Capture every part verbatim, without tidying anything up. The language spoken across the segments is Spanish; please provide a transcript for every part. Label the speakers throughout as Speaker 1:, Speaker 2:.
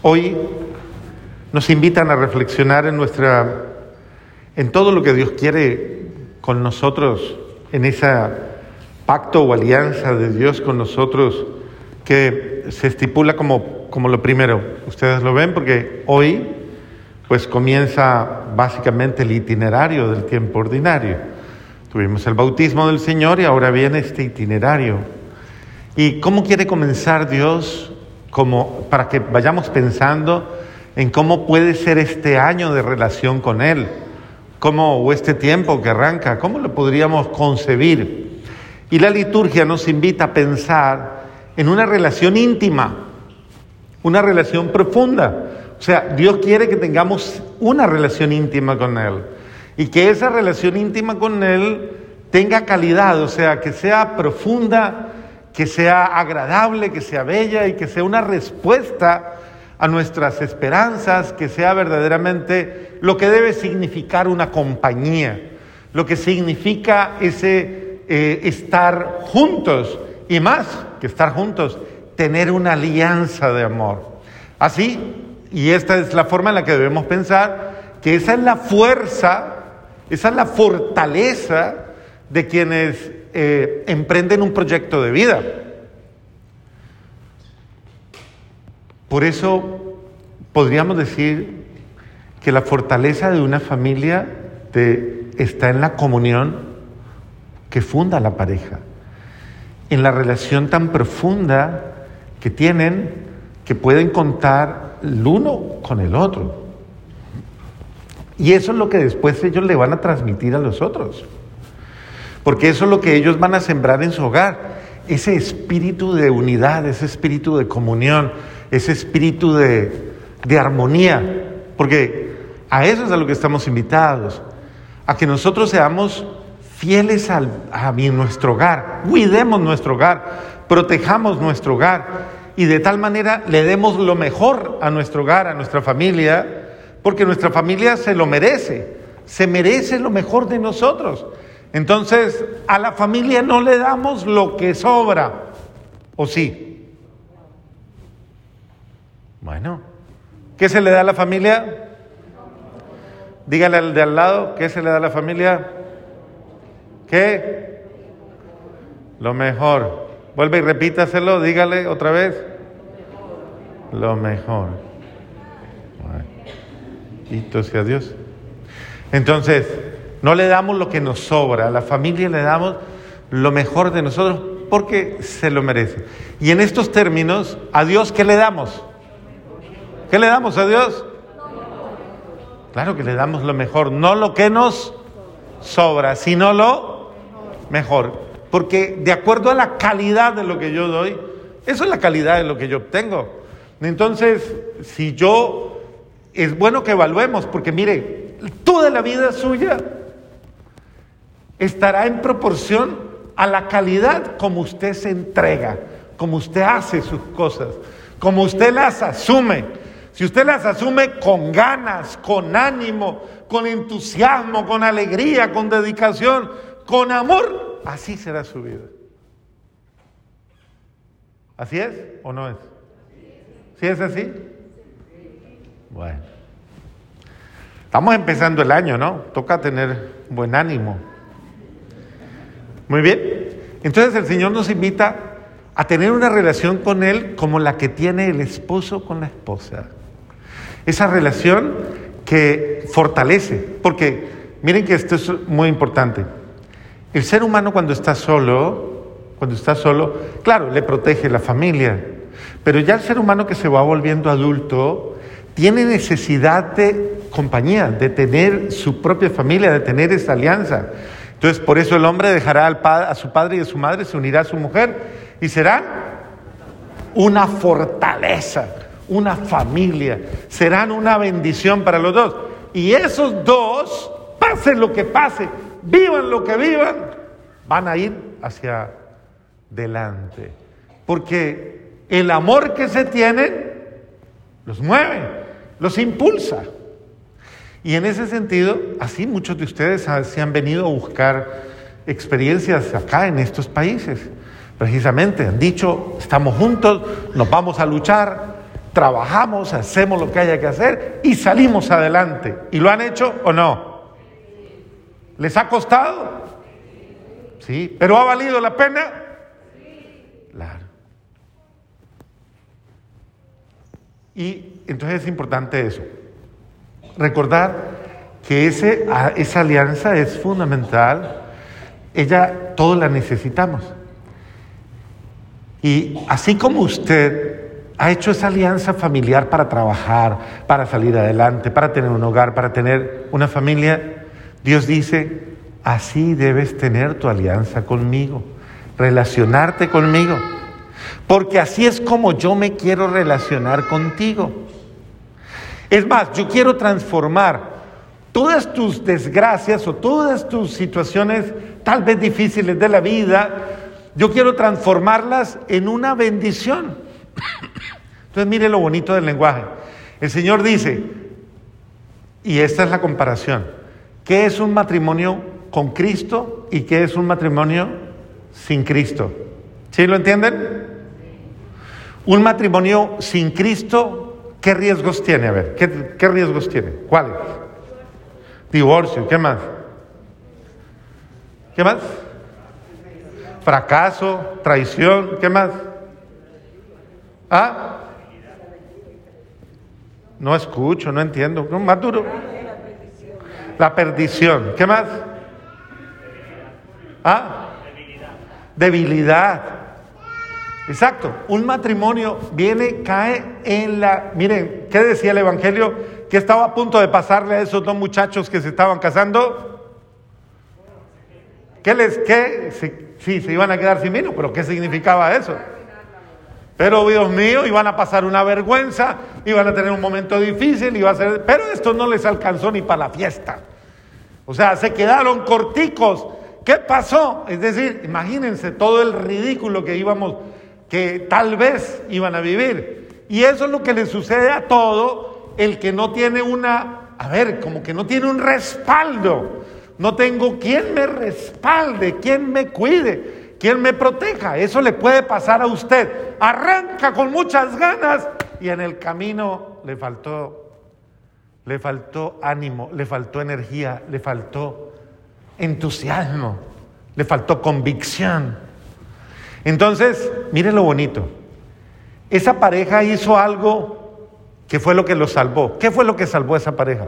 Speaker 1: Hoy nos invitan a reflexionar en nuestra, en todo lo que Dios quiere con nosotros, en ese pacto o alianza de Dios con nosotros que se estipula como, como lo primero. Ustedes lo ven porque hoy pues comienza básicamente el itinerario del tiempo ordinario. Tuvimos el bautismo del Señor y ahora viene este itinerario. ¿Y cómo quiere comenzar Dios? Como para que vayamos pensando en cómo puede ser este año de relación con Él, cómo, o este tiempo que arranca, cómo lo podríamos concebir. Y la liturgia nos invita a pensar en una relación íntima, una relación profunda. O sea, Dios quiere que tengamos una relación íntima con Él y que esa relación íntima con Él tenga calidad, o sea, que sea profunda, que sea agradable, que sea bella y que sea una respuesta a nuestras esperanzas, que sea verdaderamente lo que debe significar una compañía, lo que significa ese eh, estar juntos y más que estar juntos, tener una alianza de amor. Así, y esta es la forma en la que debemos pensar, que esa es la fuerza, esa es la fortaleza de quienes eh, emprenden un proyecto de vida. Por eso podríamos decir que la fortaleza de una familia de, está en la comunión que funda la pareja, en la relación tan profunda que tienen, que pueden contar el uno con el otro. Y eso es lo que después ellos le van a transmitir a los otros, porque eso es lo que ellos van a sembrar en su hogar, ese espíritu de unidad, ese espíritu de comunión, ese espíritu de, de armonía, porque a eso es a lo que estamos invitados, a que nosotros seamos fieles al, a nuestro hogar, cuidemos nuestro hogar, protejamos nuestro hogar y de tal manera le demos lo mejor a nuestro hogar, a nuestra familia, porque nuestra familia se lo merece, se merece lo mejor de nosotros. Entonces, a la familia no le damos lo que sobra, ¿o sí? Bueno, ¿qué se le da a la familia? Dígale al de al lado, ¿qué se le da a la familia? ¿Qué? Lo mejor. Vuelve y repítaselo, dígale otra vez. Lo mejor. Bueno, bendito sea Dios. Entonces, no le damos lo que nos sobra, a la familia le damos lo mejor de nosotros porque se lo merece. Y en estos términos, ¿a Dios qué le damos? ¿Qué le damos a Dios? Claro que le damos lo mejor, no lo que nos sobra, sino lo mejor. Porque de acuerdo a la calidad de lo que yo doy, eso es la calidad de lo que yo obtengo. Entonces, si yo, es bueno que evaluemos, porque mire, toda la vida suya estará en proporción a la calidad como usted se entrega, como usted hace sus cosas, como usted las asume. Si usted las asume con ganas, con ánimo, con entusiasmo, con alegría, con dedicación, con amor, así será su vida. ¿Así es o no es? ¿Sí es así? Bueno. Estamos empezando el año, ¿no? Toca tener buen ánimo. Muy bien. Entonces el Señor nos invita a tener una relación con Él como la que tiene el esposo con la esposa. Esa relación que fortalece, porque miren que esto es muy importante. El ser humano cuando está solo, cuando está solo, claro, le protege la familia, pero ya el ser humano que se va volviendo adulto tiene necesidad de compañía, de tener su propia familia, de tener esa alianza. Entonces, por eso el hombre dejará al pa- a su padre y a su madre, se unirá a su mujer y serán una fortaleza, una familia, serán una bendición para los dos. Y esos dos, pase lo que pase, vivan lo que vivan, van a ir hacia delante. Porque el amor que se tienen los mueve, los impulsa. Y en ese sentido, así muchos de ustedes se han venido a buscar experiencias acá en estos países. Precisamente han dicho, estamos juntos, nos vamos a luchar, trabajamos, hacemos lo que haya que hacer y salimos adelante. ¿Y lo han hecho o no? ¿Les ha costado? Sí. ¿Pero ha valido la pena? Claro. Y entonces es importante eso. Recordar que ese, esa alianza es fundamental. Ella, todos la necesitamos. Y así como usted ha hecho esa alianza familiar para trabajar, para salir adelante, para tener un hogar, para tener una familia, Dios dice, así debes tener tu alianza conmigo, relacionarte conmigo, porque así es como yo me quiero relacionar contigo. Es más, yo quiero transformar todas tus desgracias o todas tus situaciones tal vez difíciles de la vida, yo quiero transformarlas en una bendición. Entonces mire lo bonito del lenguaje. El Señor dice, y esta es la comparación, ¿qué es un matrimonio con Cristo y qué es un matrimonio sin Cristo? ¿Sí lo entienden? Un matrimonio sin Cristo, ¿qué riesgos tiene? A ver, ¿qué, qué riesgos tiene? ¿Cuáles? Divorcio, ¿qué más? ¿Qué más? Fracaso, traición, ¿qué más? ¿Ah? No escucho, no entiendo. ¿No? Más duro. La perdición. ¿Qué más? ¿Ah? Debilidad. Exacto. Un matrimonio viene, cae en la... Miren, ¿qué decía el Evangelio? Que estaba a punto de pasarle a esos dos muchachos que se estaban casando. ¿Qué les... qué? Se, sí, se iban a quedar sin vino, pero ¿qué significaba eso? Pero Dios mío, iban a pasar una vergüenza, iban a tener un momento difícil, iba a ser, pero esto no les alcanzó ni para la fiesta. O sea, se quedaron corticos. ¿Qué pasó? Es decir, imagínense todo el ridículo que íbamos, que tal vez iban a vivir. Y eso es lo que le sucede a todo el que no tiene una, a ver, como que no tiene un respaldo. No tengo quien me respalde, quien me cuide, quien me proteja. Eso le puede pasar a usted. Arranca con muchas ganas y en el camino le faltó, le faltó ánimo, le faltó energía, le faltó entusiasmo, le faltó convicción. Entonces, mire lo bonito. Esa pareja hizo algo que fue lo que lo salvó. ¿Qué fue lo que salvó a esa pareja?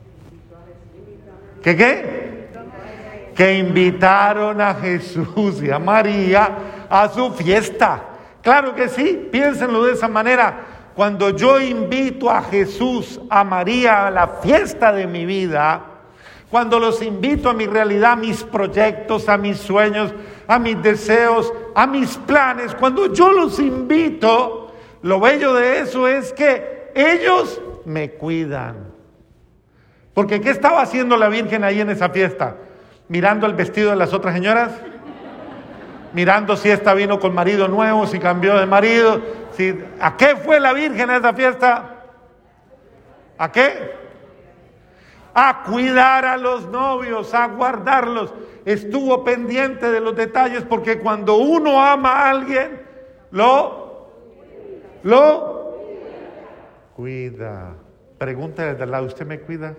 Speaker 1: ¿Qué qué? Que invitaron a Jesús y a María a su fiesta. Claro que sí, piénsenlo de esa manera. Cuando yo invito a Jesús, a María, a la fiesta de mi vida, cuando los invito a mi realidad, a mis proyectos, a mis sueños, a mis deseos, a mis planes, cuando yo los invito, lo bello de eso es que ellos me cuidan. Porque ¿qué estaba haciendo la Virgen ahí en esa fiesta? Mirando el vestido de las otras señoras, mirando si esta vino con marido nuevo, si cambió de marido, si... ¿A qué fue la Virgen a esa fiesta? ¿A qué? A cuidar a los novios, a guardarlos. Estuvo pendiente de los detalles porque cuando uno ama a alguien, lo, lo cuida. Pregúntale de al lado, ¿usted me cuida?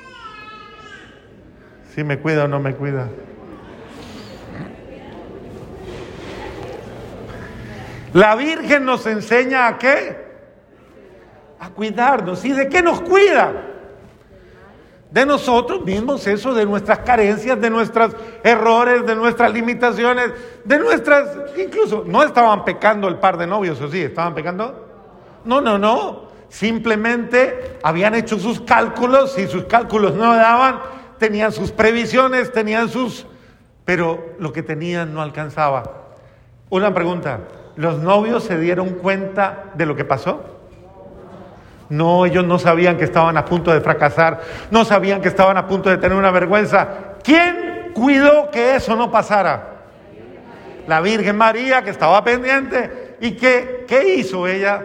Speaker 1: ¿Sí me cuida o no me cuida? La Virgen nos enseña a qué? A cuidarnos. ¿Y de qué nos cuida? De nosotros mismos, eso, de nuestras carencias, de nuestros errores, de nuestras limitaciones, de nuestras... Incluso, no estaban pecando el par de novios, ¿o sí? ¿Estaban pecando? No, no, no. Simplemente habían hecho sus cálculos, y sus cálculos no daban, tenían sus previsiones, tenían sus... Pero lo que tenían no alcanzaba. Una pregunta, ¿los novios se dieron cuenta de lo que pasó? No, ellos no sabían que estaban a punto de fracasar, no sabían que estaban a punto de tener una vergüenza. ¿Quién cuidó que eso no pasara? La Virgen María, que estaba pendiente. ¿Y qué, qué hizo ella?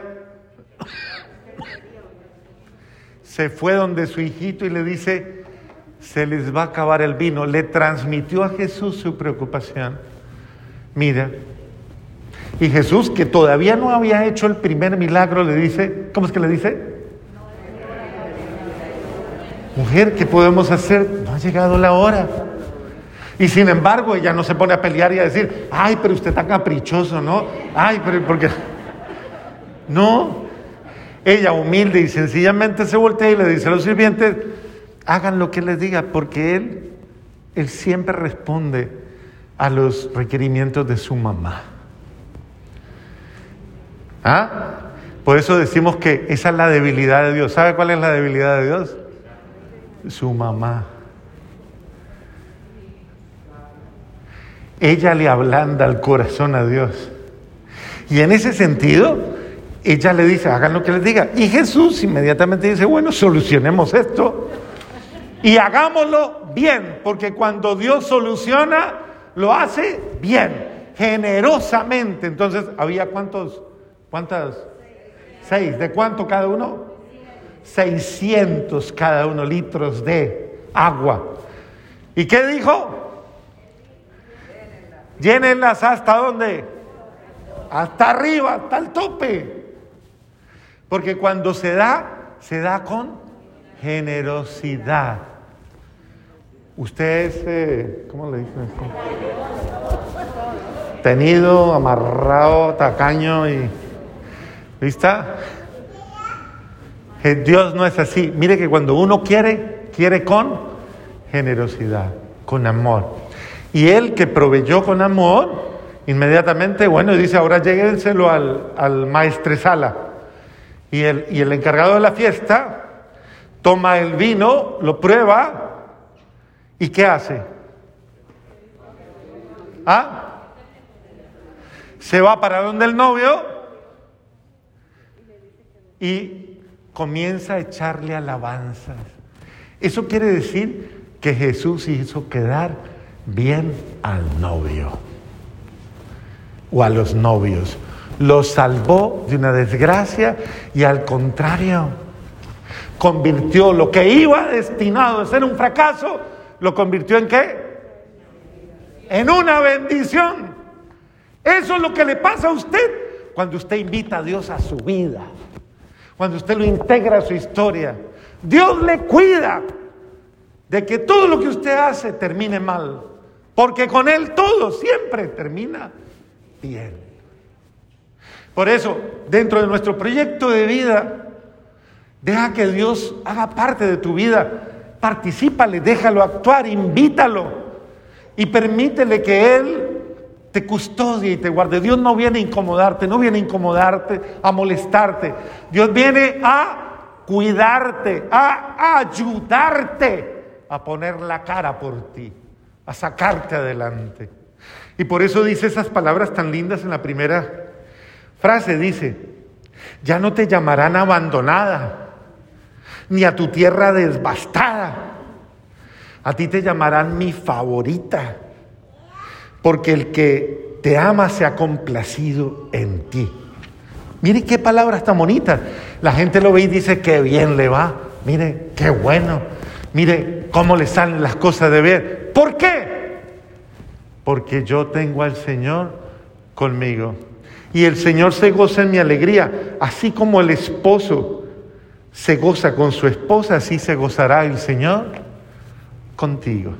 Speaker 1: Se fue donde su hijito y le dice, se les va a acabar el vino. Le transmitió a Jesús su preocupación. Mira, Y Jesús, que todavía no había hecho el primer milagro, le dice, ¿cómo es que le dice? Mujer, ¿qué podemos hacer? No ha llegado la hora. Y sin embargo, ella no se pone a pelear y a decir, ay, pero usted está caprichoso, ¿no? Ay, pero porque... No. Ella, humilde y sencillamente, se voltea y le dice a los sirvientes, hagan lo que les diga, porque él, él siempre responde a los requerimientos de su mamá. ¿Ah? Por eso decimos que esa es la debilidad de Dios. ¿Sabe cuál es la debilidad de Dios? Su mamá. Ella le ablanda el corazón a Dios. Y en ese sentido, ella le dice, hagan lo que les diga. Y Jesús inmediatamente dice, bueno, solucionemos esto y hagámoslo bien, porque cuando Dios soluciona, lo hace bien, generosamente. Entonces, ¿había cuántos? ¿Cuántas? Seis. ¿De cuánto cada uno? Seiscientos cada uno litros de agua. ¿Y qué dijo? Llénenlas hasta ¿dónde? Hasta arriba, hasta el tope. Porque cuando se da, se da con generosidad. Usted es, eh, ¿cómo le dicen esto? Tenido, amarrado, tacaño y... ¿Lista? Dios no es así. Mire que cuando uno quiere, quiere con generosidad, con amor. Y Él que proveyó con amor, inmediatamente, bueno, dice, ahora lléguenselo al, al maestresala. Y el, y el encargado de la fiesta toma el vino, lo prueba, ¿y qué hace? ¿Ah? Se va para donde el novio y comienza a echarle alabanzas. Eso quiere decir que Jesús hizo quedar bien al novio o a los novios. Los salvó de una desgracia y al contrario, convirtió lo que iba destinado a ser un fracaso, lo convirtió en ¿qué? En una bendición. Eso es lo que le pasa a usted cuando usted invita a Dios a su vida, cuando usted lo integra a su historia. Dios le cuida de que todo lo que usted hace termine mal, porque con Él todo siempre termina bien. Por eso, dentro de nuestro proyecto de vida, deja que Dios haga parte de tu vida, particípale, déjalo actuar, invítalo y permítele que Él te custodie y te guarde. Dios no viene a incomodarte, no viene a incomodarte, a molestarte. Dios viene a cuidarte, a ayudarte, a poner la cara por ti, a sacarte adelante. Y por eso dice esas palabras tan lindas en la primera frase, dice, ya no te llamarán abandonada, ni a tu tierra devastada. A ti te llamarán mi favorita, porque el que te ama se ha complacido en ti. Mire qué palabras tan bonitas. La gente lo ve y dice, qué bien le va. Mire, qué bueno. Mire cómo le salen las cosas de ver. ¿Por qué? Porque yo tengo al Señor conmigo. Y el Señor se goza en mi alegría. Así como el esposo se goza con su esposa, así se gozará el Señor contigo.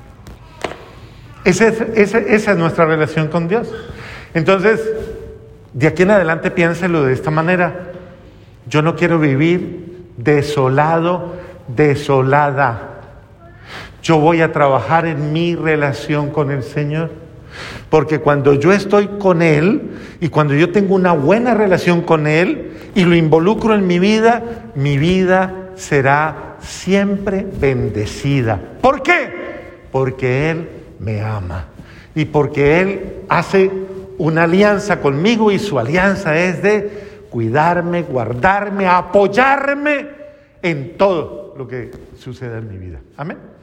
Speaker 1: Esa es, esa, esa es nuestra relación con Dios. Entonces, de aquí en adelante piénselo de esta manera. Yo no quiero vivir desolado, desolada. Yo voy a trabajar en mi relación con el Señor. Porque cuando yo estoy con Él y cuando yo tengo una buena relación con Él y lo involucro en mi vida, mi vida será siempre bendecida. ¿Por qué? Porque Él me ama y porque Él hace una alianza conmigo y su alianza es de cuidarme, guardarme, apoyarme en todo lo que suceda en mi vida. Amén.